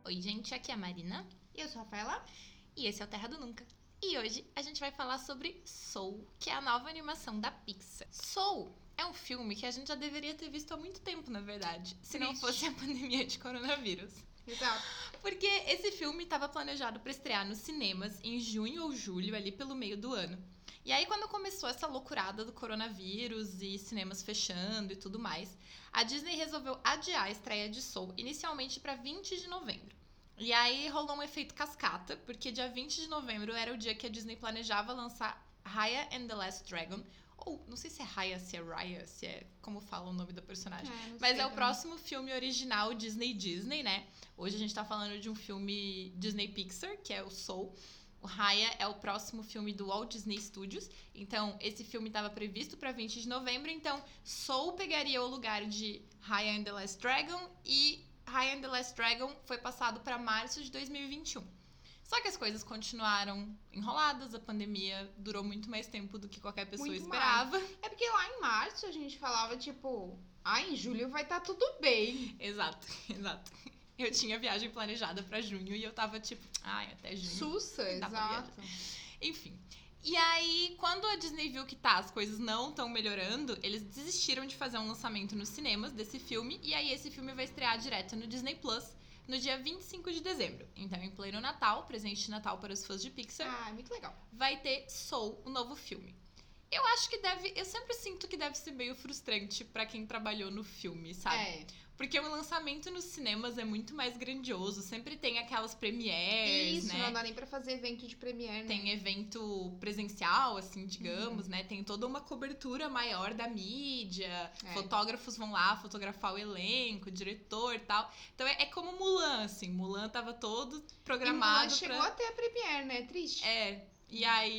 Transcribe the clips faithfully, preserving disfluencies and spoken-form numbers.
Oi, gente, aqui é a Marina. E eu sou a Rafaela. E esse é o Terra do Nunca. E hoje a gente vai falar sobre Soul, que é a nova animação da Pixar. Soul é um filme que a gente já deveria ter visto há muito tempo, na verdade, se não fosse a pandemia de coronavírus. Exato. Porque esse filme estava planejado para estrear nos cinemas em junho ou julho, ali pelo meio do ano. E aí, quando começou essa loucurada do coronavírus e cinemas fechando e tudo mais, a Disney resolveu adiar a estreia de Soul inicialmente para vinte de novembro. E aí rolou um efeito cascata, porque dia vinte de novembro era o dia que a Disney planejava lançar Raya and the Last Dragon. Ou, não sei se é Raya, se é Raya, se é como fala o nome da personagem. É, Mas é o também. próximo filme original Disney Disney, né? Hoje a gente tá falando de um filme Disney Pixar, que é o Soul. O Raya é o próximo filme do Walt Disney Studios. Então, esse filme estava previsto para vinte de novembro. Então, Soul pegaria o lugar de Raya and the Last Dragon. E Raya and the Last Dragon foi passado para março de dois mil e vinte e um. Só que as coisas continuaram enroladas. A pandemia durou muito mais tempo do que qualquer pessoa Muito esperava. mais. É porque lá em março a gente falava, tipo... Ah, em julho vai estar tudo bem. Exato, exato. Eu tinha viagem planejada pra junho e eu tava tipo, ai, até junho. Sussa, dá pra exato. viajar. Enfim. E aí, quando a Disney viu que tá, as coisas não estão melhorando, eles desistiram de fazer um lançamento nos cinemas desse filme. E aí, esse filme vai estrear direto no Disney Plus no dia vinte e cinco de dezembro. Então, em pleno Natal, presente de Natal para os fãs de Pixar, Ah, muito legal. vai ter Soul, o novo filme. Eu acho que deve... Eu sempre sinto que deve ser meio frustrante pra quem trabalhou no filme, sabe? É. Porque o lançamento nos cinemas é muito mais grandioso. Sempre tem aquelas premieres, Isso, né? não dá nem pra fazer evento de premiere, né? Tem evento presencial, assim, digamos, uhum. né? Tem toda uma cobertura maior da mídia. É. Fotógrafos vão lá fotografar o elenco, o diretor e tal. Então é, é como Mulan, assim. Mulan tava todo programado. E Mulan chegou pra... até a premiere, né? Triste. É. E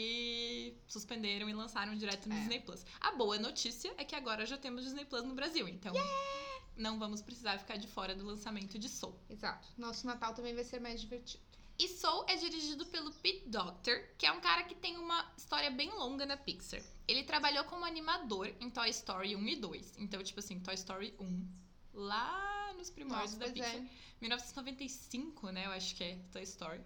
aí, suspenderam e lançaram direto no É. Disney Plus. A boa notícia é que agora já temos Disney Plus no Brasil, então yeah! não vamos precisar ficar de fora do lançamento de Soul. Exato. Nosso Natal também vai ser mais divertido. E Soul é dirigido pelo Pete Docter, que é um cara que tem uma história bem longa na Pixar. Ele trabalhou como animador em Toy Story um e dois. Então, tipo assim, Toy Story um, lá nos primórdios Nossa, da Pixar. É. mil novecentos e noventa e cinco, né? Eu acho que é Toy Story.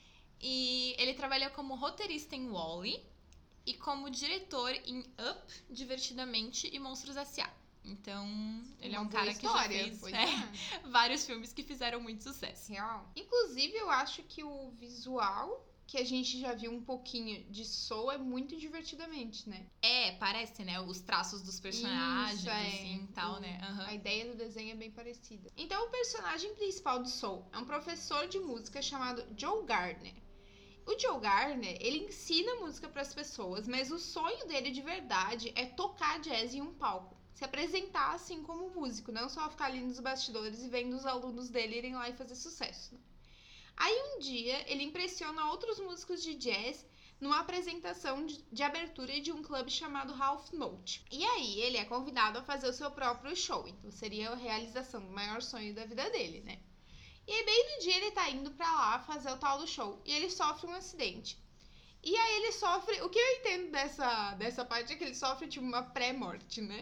E ele trabalhou como roteirista em Wall-E e como diretor em Up, Divertidamente e Monstros S A. Então, ele Uma é um boa cara história, que já fez é, é, vários filmes que fizeram muito sucesso. Real. Inclusive, eu acho que o visual que a gente já viu um pouquinho de Soul é muito divertidamente, né? É, parece, né? Os traços dos personagens, Isso, é. assim, e tal, o, né? Uhum. A ideia do desenho é bem parecida. Então, o personagem principal do Soul é um professor de música chamado Joe Gardner. O Joe Gardner, ele ensina música para as pessoas, mas o sonho dele de verdade é tocar jazz em um palco. Se apresentar assim como músico, não só ficar ali nos bastidores e vendo os alunos dele irem lá e fazer sucesso. Né? Aí um dia, ele impressiona outros músicos de jazz numa apresentação de, de abertura de um clube chamado Half Note. E aí, ele é convidado a fazer o seu próprio show. Então, seria a realização do maior sonho da vida dele, né? E aí, bem no dia, ele tá indo pra lá fazer o tal do show. E ele sofre um acidente. E aí, ele sofre... O que eu entendo dessa, dessa parte é que ele sofre, tipo, uma pré-morte, né?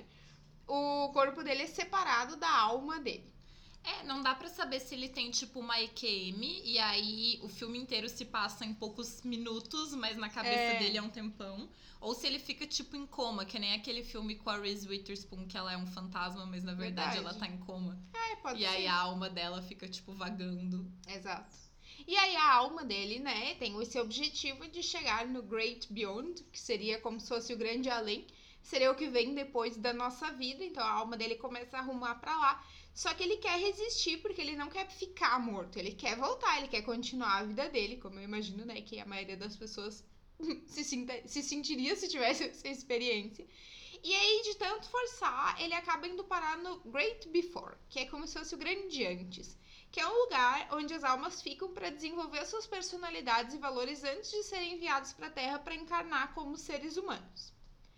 O corpo dele é separado da alma dele. É, não dá pra saber se ele tem, tipo, uma E Q M, e aí o filme inteiro se passa em poucos minutos, mas na cabeça é. dele é um tempão. Ou se ele fica, tipo, em coma, que nem aquele filme com a Reese Witherspoon, que ela é um fantasma, mas na verdade, verdade. ela tá em coma. É, pode e ser. E aí a alma dela fica, tipo, vagando. Exato. E aí a alma dele, né, tem esse objetivo de chegar no Great Beyond, que seria como se fosse o grande além. Seria o que vem depois da nossa vida, então a alma dele começa a arrumar pra lá. Só que ele quer resistir porque ele não quer ficar morto, ele quer voltar, ele quer continuar a vida dele, como eu imagino, né, que a maioria das pessoas se, sinta, se sentiria se tivesse essa experiência. E aí, de tanto forçar, ele acaba indo parar no Great Before, que é como se fosse o grande antes, que é um lugar onde as almas ficam para desenvolver suas personalidades e valores antes de serem enviados para a Terra para encarnar como seres humanos.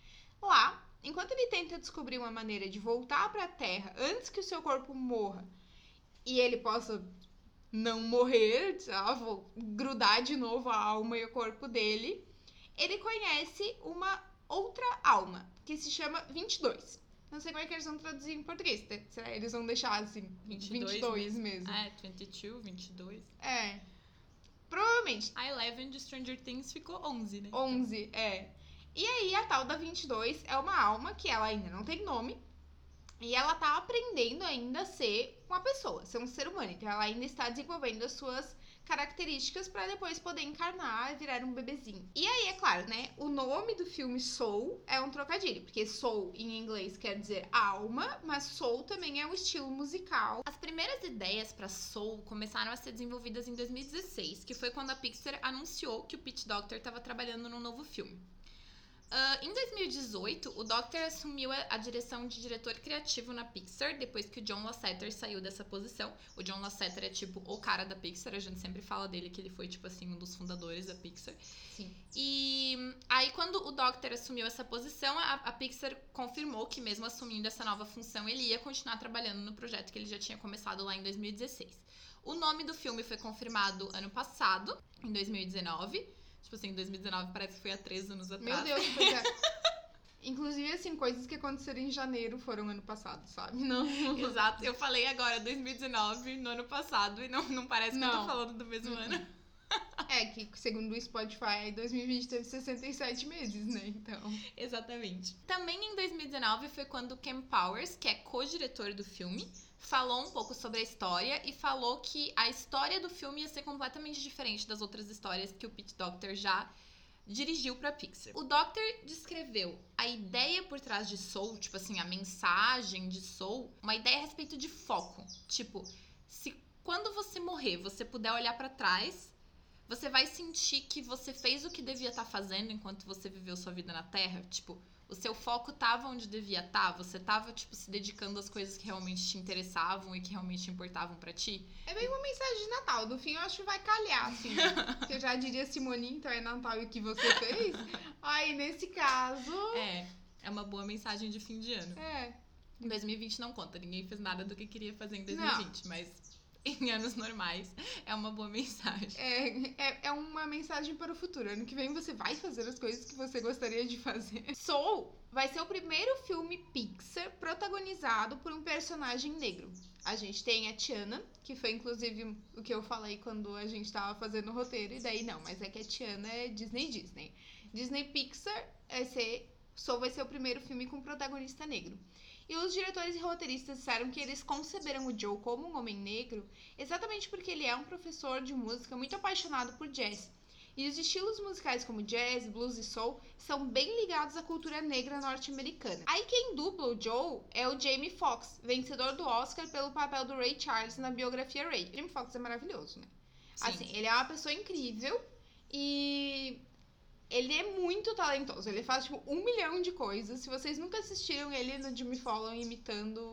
Lá, enquanto ele tenta descobrir uma maneira de voltar para a Terra antes que o seu corpo morra e ele possa não morrer, sabe, grudar de novo a alma e o corpo dele, ele conhece uma outra alma, que se chama vinte e dois. Não sei como é que eles vão traduzir em português. Será que eles vão deixar assim, vinte e vinte dois e dois mesmo. mesmo? É, vinte e dois, vinte e dois. É. Provavelmente. A Eleven de Stranger Things ficou onze, né? onze, é. E aí, a tal da vinte e dois é uma alma que ela ainda não tem nome. E ela tá aprendendo ainda a ser uma pessoa, ser um ser humano. Então, ela ainda está desenvolvendo as suas características para depois poder encarnar e virar um bebezinho. E aí, é claro, né? O nome do filme Soul é um trocadilho, porque Soul em inglês quer dizer alma, mas Soul também é um estilo musical. As primeiras ideias para Soul começaram a ser desenvolvidas em dois mil e dezesseis, que foi quando a Pixar anunciou que o Pete Docter estava trabalhando num novo filme. Uh, em dois mil e dezoito, o Docter assumiu a, a direção de diretor criativo na Pixar, depois que o John Lasseter saiu dessa posição. O John Lasseter é, tipo, o cara da Pixar, a gente sempre fala dele, que ele foi, tipo assim, um dos fundadores da Pixar. Sim. E aí, quando o Docter assumiu essa posição, a, a Pixar confirmou que, mesmo assumindo essa nova função, ele ia continuar trabalhando no projeto que ele já tinha começado lá em dois mil e dezesseis. O nome do filme foi confirmado ano passado, em dois mil e dezenove. Tipo assim, dois mil e dezenove parece que foi há três anos atrás. Meu Deus, pois é. Inclusive, assim, coisas que aconteceram em janeiro foram ano passado, sabe? Não. Exato. Eu falei agora dois mil e dezenove, no ano passado, e não, não parece que não. eu tô falando do mesmo Uhum. ano. É, que segundo o Spotify, dois mil e vinte teve sessenta e sete meses, né? Então. Exatamente. Também em dois mil e dezenove foi quando o Ken Powers, que é co-diretor do filme, falou um pouco sobre a história e falou que a história do filme ia ser completamente diferente das outras histórias que o Pete Docter já dirigiu pra Pixar. O Docter descreveu a ideia por trás de Soul, tipo assim, a mensagem de Soul, uma ideia a respeito de foco. Tipo, se quando você morrer, você puder olhar pra trás, você vai sentir que você fez o que devia estar fazendo enquanto você viveu sua vida na Terra. Tipo, o seu foco tava onde devia estar, você tava, tipo, se dedicando às coisas que realmente te interessavam e que realmente importavam pra ti. É bem uma mensagem de Natal. No fim, eu acho que vai calhar, assim. Você já diria, Simone, então é Natal e o que você fez? Aí, nesse caso... É, é uma boa mensagem de fim de ano. É. Em dois mil e vinte não conta, ninguém fez nada do que queria fazer em dois mil e vinte, Não. mas em anos normais é uma boa mensagem. É, é, é uma mensagem para o futuro. Ano que vem você vai fazer as coisas que você gostaria de fazer. Soul vai ser o primeiro filme Pixar protagonizado por um personagem negro. A gente tem a Tiana, que foi inclusive o que eu falei quando a gente tava fazendo o roteiro, e daí não, mas é que a Tiana é Disney Disney. Disney Pixar vai ser, Soul vai ser o primeiro filme com protagonista negro. E os diretores e roteiristas disseram que eles conceberam o Joe como um homem negro exatamente porque ele é um professor de música muito apaixonado por jazz. E os estilos musicais como jazz, blues e soul são bem ligados à cultura negra norte-americana. Aí quem dubla o Joe é o Jamie Foxx, vencedor do Oscar pelo papel do Ray Charles na biografia Ray. Jamie Foxx é maravilhoso, né? Sim. Assim, ele é uma pessoa incrível e... ele é muito talentoso, ele faz, tipo, um milhão de coisas. Se vocês nunca assistiram ele no Jimmy Fallon imitando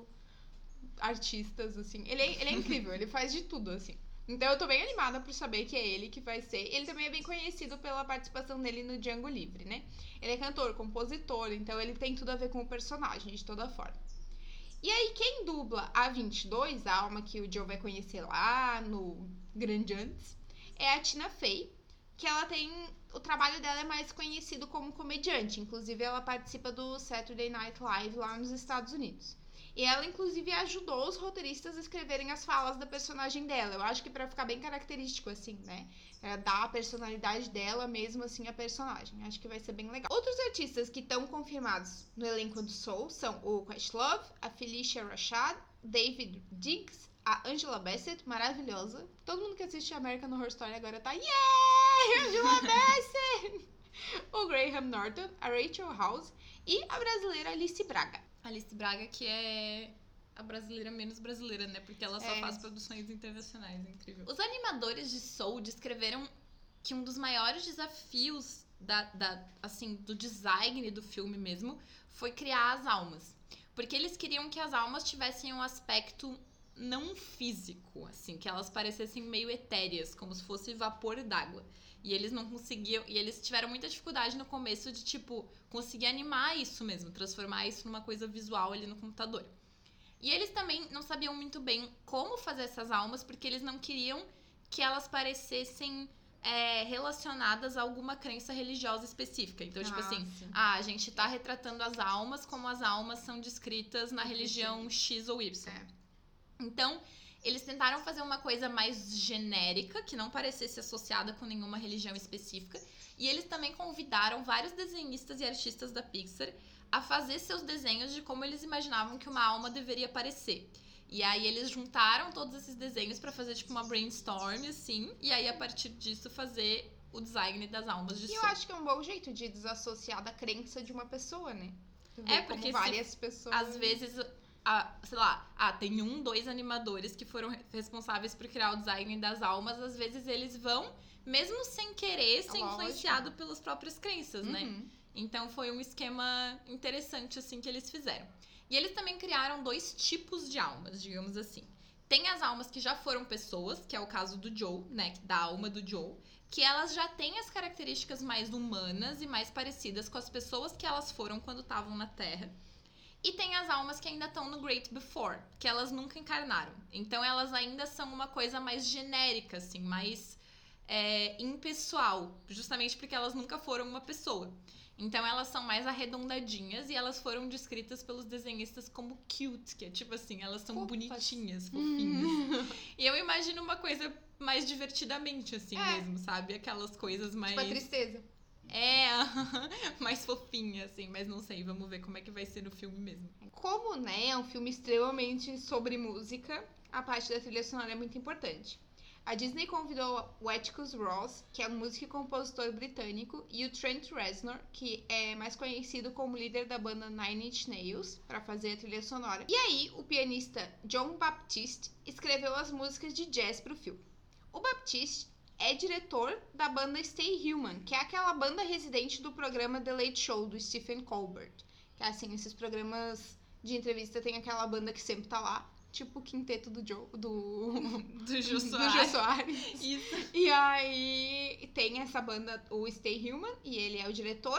artistas, assim, ele é, ele é incrível, ele faz de tudo, assim. Então eu tô bem animada por saber que é ele que vai ser. Ele também é bem conhecido pela participação dele no Django Livre, né? Ele é cantor, compositor, então ele tem tudo a ver com o personagem, de toda forma. E aí, quem dubla a vinte e dois, a alma que o Joe vai conhecer lá no Grande Antes, é a Tina Fey, que ela tem... o trabalho dela é mais conhecido como comediante. Inclusive, ela participa do Saturday Night Live lá nos Estados Unidos. E ela, inclusive, ajudou os roteiristas a escreverem as falas da personagem dela. Eu acho que pra ficar bem característico, assim, né? Pra dar a personalidade dela mesmo, assim, a personagem. Acho que vai ser bem legal. Outros artistas que estão confirmados no elenco do Soul são o Questlove, a Felicia Rashad, David Diggs, a Angela Bassett, maravilhosa. Todo mundo que assiste American Horror Story agora tá... Yeah! Angela Bassett! O Graham Norton, a Rachel House e a brasileira Alice Braga. Alice Braga, que é a brasileira menos brasileira, né? Porque ela só É. faz produções internacionais, é incrível. Os animadores de Soul descreveram que um dos maiores desafios da, da, assim, do design do filme mesmo foi criar as almas. Porque eles queriam que as almas tivessem um aspecto não físico, assim, que elas parecessem meio etéreas, como se fosse vapor d'água. E eles não conseguiam, e eles tiveram muita dificuldade no começo de, tipo, conseguir animar isso mesmo, transformar isso numa coisa visual ali no computador. E eles também não sabiam muito bem como fazer essas almas, porque eles não queriam que elas parecessem é, relacionadas a alguma crença religiosa específica. Então, tipo Ah, assim, sim. ah, a gente tá retratando as almas como as almas são descritas na religião X ou Y. É. Então, eles tentaram fazer uma coisa mais genérica, que não parecesse associada com nenhuma religião específica. E eles também convidaram vários desenhistas e artistas da Pixar a fazer seus desenhos de como eles imaginavam que uma alma deveria parecer. E aí eles juntaram todos esses desenhos pra fazer tipo uma brainstorm, assim, e aí a partir disso fazer o design das almas de E eu Soul. acho que é um bom jeito de desassociar da crença de uma pessoa, né? Tu vê É, como porque se- várias pessoas... Às vezes, a- sei lá, ah, tem um, dois animadores que foram re- responsáveis por criar o design das almas, às vezes eles vão, mesmo sem querer, ser Lógico. influenciado pelas próprias crenças, né? Uhum. Então foi um esquema interessante assim que eles fizeram. E eles também criaram dois tipos de almas, digamos assim. Tem as almas que já foram pessoas, que é o caso do Joe, né, da alma do Joe, que elas já têm as características mais humanas e mais parecidas com as pessoas que elas foram quando estavam na Terra. E tem as almas que ainda estão no Great Before, que elas nunca encarnaram. Então elas ainda são uma coisa mais genérica, assim, mais é, impessoal, justamente porque elas nunca foram uma pessoa. Então elas são mais arredondadinhas e elas foram descritas pelos desenhistas como cute, que é tipo assim, elas são Fofas. bonitinhas, fofinhas. E eu imagino uma coisa mais divertidamente, assim É. mesmo, sabe? Aquelas coisas mais. Tipo a tristeza. É, mais fofinha, assim, mas não sei, vamos ver como é que vai ser no filme mesmo. Como, né, é um filme extremamente sobre música, a parte da trilha sonora é muito importante. A Disney convidou o Atticus Ross, que é um músico e compositor britânico, e o Trent Reznor, que é mais conhecido como líder da banda Nine Inch Nails, para fazer a trilha sonora. E aí, o pianista John Baptiste escreveu as músicas de jazz para o filme. O Baptiste é diretor da banda Stay Human, que é aquela banda residente do programa The Late Show, do Stephen Colbert. Que é assim, esses programas de entrevista tem aquela banda que sempre tá lá, tipo o quinteto do Joe, do... Do Jô do Soares. Jô Soares. Isso. E aí tem essa banda, o Stay Human, e ele é o diretor.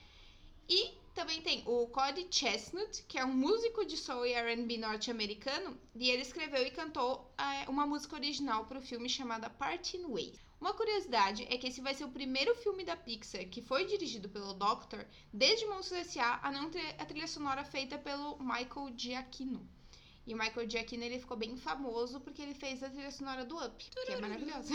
E também tem o Cody Chestnut, que é um músico de soul e R and B norte-americano, e ele escreveu e cantou é, uma música original para o filme chamada Parting Ways. Uma curiosidade é que esse vai ser o primeiro filme da Pixar que foi dirigido pelo Doctor desde Monstros S A a não ter a trilha sonora feita pelo Michael Giacchino. E o Michael Giacchino, ele ficou bem famoso porque ele fez a trilha sonora do Up, que é maravilhosa.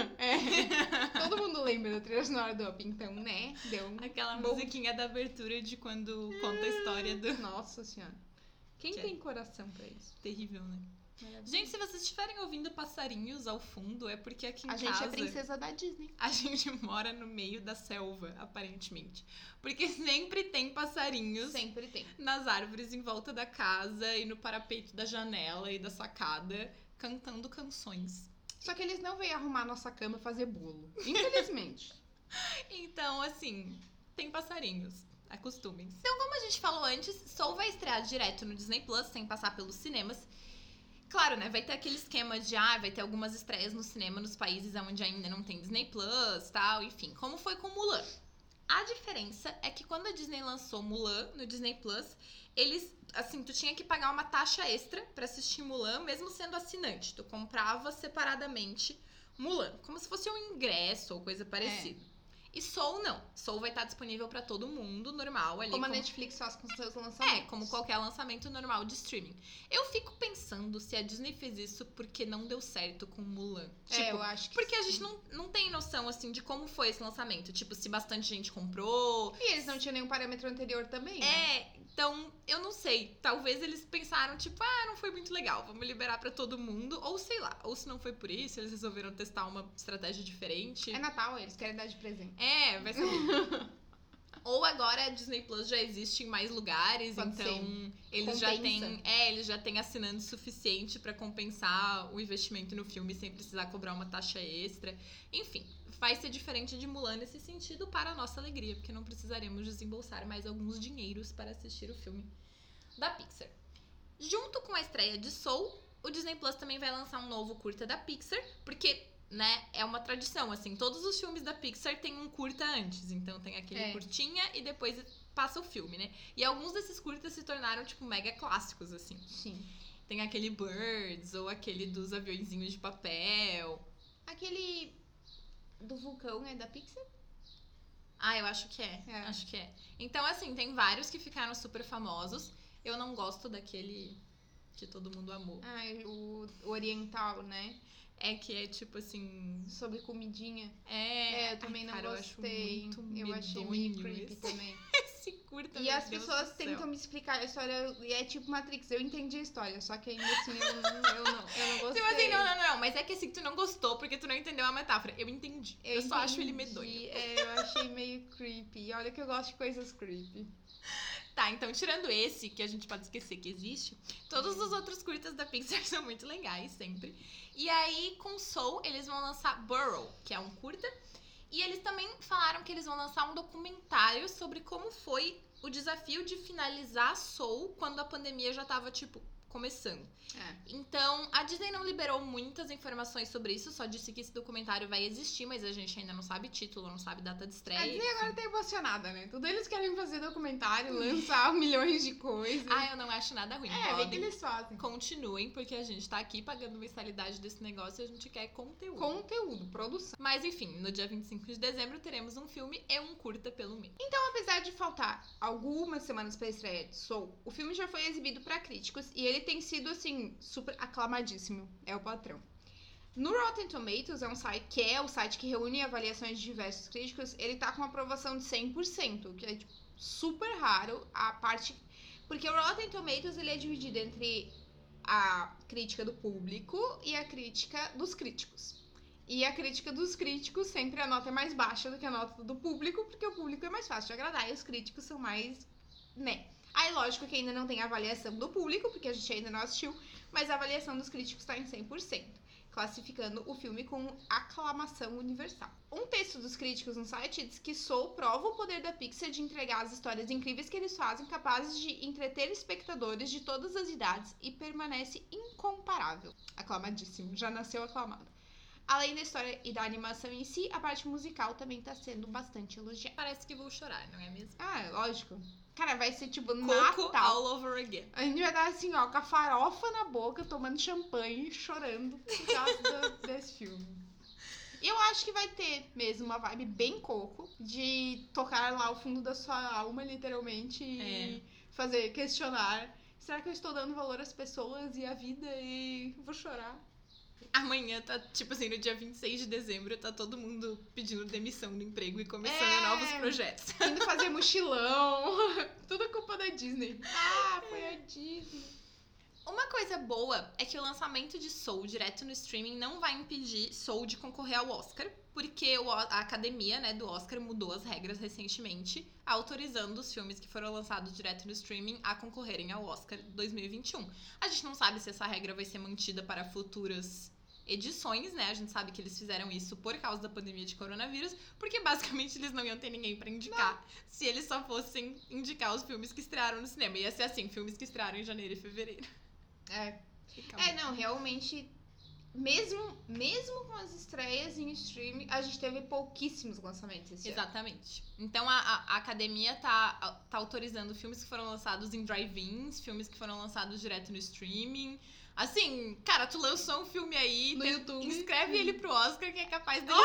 É. Todo mundo lembra da trilha sonora do Up, então, né, deu um... Aquela bom- musiquinha da abertura de quando conta a história do... Nossa senhora. Quem Que é tem coração pra isso? Terrível, né? Gente, se vocês estiverem ouvindo passarinhos ao fundo, é porque aqui em A gente casa... é princesa da Disney. A gente mora no meio da selva, aparentemente. Porque sempre tem passarinhos Sempre tem. nas árvores em volta da casa e no parapeito da janela e da sacada, cantando canções. Só que eles não vêm arrumar nossa cama e fazer bolo. Infelizmente. Então, assim, tem passarinhos. Acostumem-se. Então, como a gente falou antes, Soul vai estrear direto no Disney Plus, sem passar pelos cinemas. Claro, né? Vai ter aquele esquema de, ah, vai ter algumas estreias no cinema nos países onde ainda não tem Disney Plus, tal, enfim. Como foi com Mulan. A diferença é que quando a Disney lançou Mulan no Disney Plus, eles, assim, tu tinha que pagar uma taxa extra pra assistir Mulan, mesmo sendo assinante. Tu comprava separadamente Mulan, como se fosse um ingresso ou coisa parecida. E Soul não. Soul vai estar disponível pra todo mundo, normal. Ali, Como a como- Netflix faz com seus lançamentos. É, como qualquer lançamento normal de streaming. Eu fico pensando se a Disney fez isso porque não deu certo com Mulan. É, Tipo, eu acho que porque a sim. gente não, não tem noção, assim, de como foi esse lançamento. Tipo, se bastante gente comprou. E eles não tinham nenhum parâmetro anterior também, né? É, então, eu não sei. Talvez eles pensaram, tipo, ah, não foi muito legal, vamos liberar pra todo mundo. Ou sei lá, ou se não foi por isso, eles resolveram testar uma estratégia diferente. É Natal, eles querem dar de presente. É, vai saber. Ou agora a Disney Plus já existe em mais lugares, Pode então eles já Compensa. têm, é, eles já têm assinante suficiente pra compensar o investimento no filme sem precisar cobrar uma taxa extra. Enfim, vai ser diferente de Mulan nesse sentido para a nossa alegria, porque não precisaremos desembolsar mais alguns dinheiros para assistir o filme da Pixar. Junto com a estreia de Soul, o Disney Plus também vai lançar um novo curta da Pixar, porque, né, é uma tradição, assim, todos os filmes da Pixar têm um curta antes, então tem aquele É. curtinha e depois passa o filme, né? E alguns desses curtas se tornaram, tipo, mega clássicos, assim. Sim. Tem aquele Birds, ou aquele dos aviõezinhos de papel. Aquele do vulcão é da Pixar? Ah, eu acho que é. É. Acho que é. Então, assim, tem vários que ficaram super famosos. Eu não gosto daquele que todo mundo amou. Ah, o, o oriental, né? É que é tipo assim. Sobre comidinha. É. É, eu também Ai, não cara, gostei. Eu, acho muito Eu achei meio medonho creepy esse. também. Esse curta, E meu as Deus pessoas do céu. tentam me explicar a história, e é tipo Matrix, eu entendi a história, só que ainda assim eu não, eu não, eu não gostei. Tipo assim, não, não, não, mas é que assim, tu não gostou porque tu não entendeu a metáfora. Eu entendi. Eu, Eu só acho ele entendi, medonho. É, eu achei meio creepy. E olha que eu gosto de coisas creepy. Tá, então tirando esse, que a gente pode esquecer que existe, todos os outros curtas da Pixar são muito legais, sempre. E aí, com Soul, eles vão lançar Burrow, que é um curta. E eles também falaram que eles vão lançar um documentário sobre como foi o desafio de finalizar Soul quando a pandemia já tava, tipo, começando. É. Então, a Disney não liberou muitas informações sobre isso, só disse que esse documentário vai existir, mas a gente ainda não sabe título, não sabe data de estreia. A Disney agora tá emocionada, né? Tudo eles querem fazer documentário, lançar milhões de coisas. Ah, eu não acho nada ruim. É, Podem, bem que eles fazem. Continuem, porque a gente tá aqui pagando mensalidade desse negócio e a gente quer conteúdo. Conteúdo, produção. Mas enfim, no dia vinte e cinco de dezembro teremos um filme e um curta pelo meio. Então, apesar de faltar algumas semanas pra estreia de Soul, o filme já foi exibido pra críticos e ele tem sido, assim, super aclamadíssimo. É o patrão. No Rotten Tomatoes, é um site que é o site que reúne avaliações de diversos críticos, ele tá com uma aprovação de cem por cento, o que é tipo, super raro. A parte... Porque o Rotten Tomatoes ele é dividido entre a crítica do público e a crítica dos críticos. E a crítica dos críticos sempre a nota é mais baixa do que a nota do público, porque o público é mais fácil de agradar e os críticos são mais, né? Aí, lógico que ainda não tem a avaliação do público, porque a gente ainda não assistiu, mas a avaliação dos críticos está em cem por cento, classificando o filme com aclamação universal. Um texto dos críticos no site diz que Soul prova o poder da Pixar de entregar as histórias incríveis que eles fazem, capazes de entreter espectadores de todas as idades e permanece incomparável. Aclamadíssimo, já nasceu aclamado. Além da história e da animação em si, a parte musical também tá sendo bastante elogiada. Parece que vou chorar, não é mesmo? Ah, lógico. Cara, vai ser tipo Coco Natal. all over again. A gente vai estar assim, ó, com a farofa na boca, tomando champanhe, chorando por causa do, desse filme. E eu acho que vai ter mesmo uma vibe bem Coco, de tocar lá o fundo da sua alma, literalmente, e É. fazer, questionar. Será que eu estou dando valor às pessoas e à vida e vou chorar? Amanhã tá, tipo assim, no dia vinte e seis de dezembro, tá todo mundo pedindo demissão do emprego e começando É. novos projetos. Indo fazer mochilão. Tudo culpa da Disney. Ah, foi a Disney. Uma coisa boa é que o lançamento de Soul direto no streaming não vai impedir Soul de concorrer ao Oscar, porque o- a academia, né, do Oscar mudou as regras recentemente, autorizando os filmes que foram lançados direto no streaming a concorrerem ao Oscar dois mil e vinte e um. A gente não sabe se essa regra vai ser mantida para futuras edições, né? A gente sabe que eles fizeram isso por causa da pandemia de coronavírus, porque basicamente eles não iam ter ninguém pra indicar se eles só fossem indicar os filmes que estrearam no cinema. Ia ser assim, filmes que estrearam em janeiro e fevereiro. É, Fica é bom. não, realmente, mesmo, mesmo com as estreias em streaming, a gente teve pouquíssimos lançamentos esse ano. Exatamente. Então a, a- a academia tá, tá autorizando filmes que foram lançados em drive-ins, filmes que foram lançados direto no streaming. Assim, cara, tu lançou um filme aí, No tem- YouTube. inscreve ele pro Oscar que é capaz dele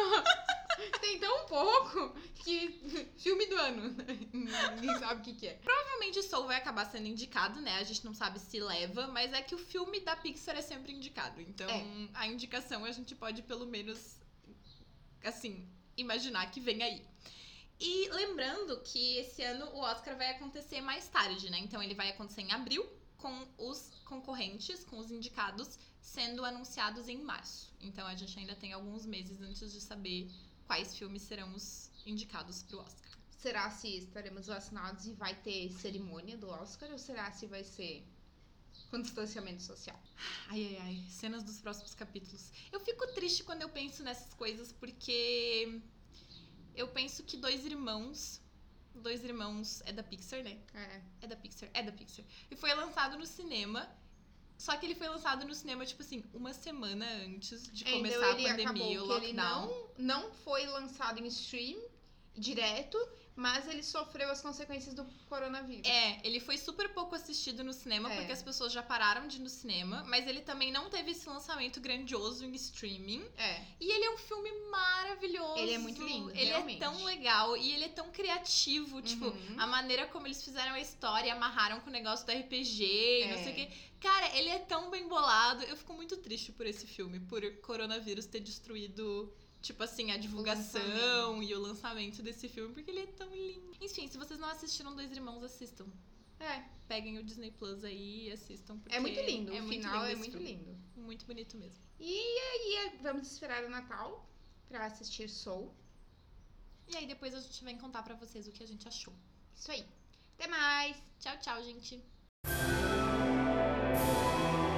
Tem tão pouco que filme do ano. Ninguém sabe o que, que é. Provavelmente o Soul vai acabar sendo indicado, né? A gente não sabe se leva, mas é que o filme da Pixar é sempre indicado. Então, É. a indicação a gente pode pelo menos, assim, imaginar que vem aí. E lembrando que esse ano o Oscar vai acontecer mais tarde, né? Então, ele vai acontecer em abril, com os concorrentes, com os indicados, sendo anunciados em março. Então, a gente ainda tem alguns meses antes de saber quais filmes serão os indicados pro Oscar. Será se estaremos vacinados e vai ter cerimônia do Oscar? Ou será se vai ser com distanciamento social? Ai, ai, ai. Cenas dos próximos capítulos. Eu fico triste quando eu penso nessas coisas, porque eu penso que Dois Irmãos... Dois Irmãos é da Pixar, né? É. É da Pixar? É da Pixar. E foi lançado no cinema, só que ele foi lançado no cinema, tipo assim, uma semana antes de É, então começar ele a pandemia, o acabou que ele lockdown. não, não foi lançado em stream direto, mas ele sofreu as consequências do coronavírus. É, ele foi super pouco assistido no cinema, É. porque as pessoas já pararam de ir no cinema, mas ele também não teve esse lançamento grandioso em streaming. É. E ele é um filme maravilhoso. Ele é muito lindo, Ele realmente. é tão legal e ele é tão criativo, tipo, Uhum. a maneira como eles fizeram a história e amarraram com o negócio do R P G e não É. sei o quê. Cara, ele é tão bem bolado. Eu fico muito triste por esse filme, por coronavírus ter destruído, tipo assim, a divulgação lançamento. e o lançamento desse filme, porque ele é tão lindo. Enfim, se vocês não assistiram Dois Irmãos, assistam. É. Peguem o Disney Plus aí e assistam, porque É muito lindo. é o muito final lindo é esse muito filme. lindo. Muito bonito mesmo. E aí, vamos esperar o Natal pra assistir Soul. E aí depois a gente vem contar pra vocês o que a gente achou. Isso aí. Até mais! Tchau, tchau, gente.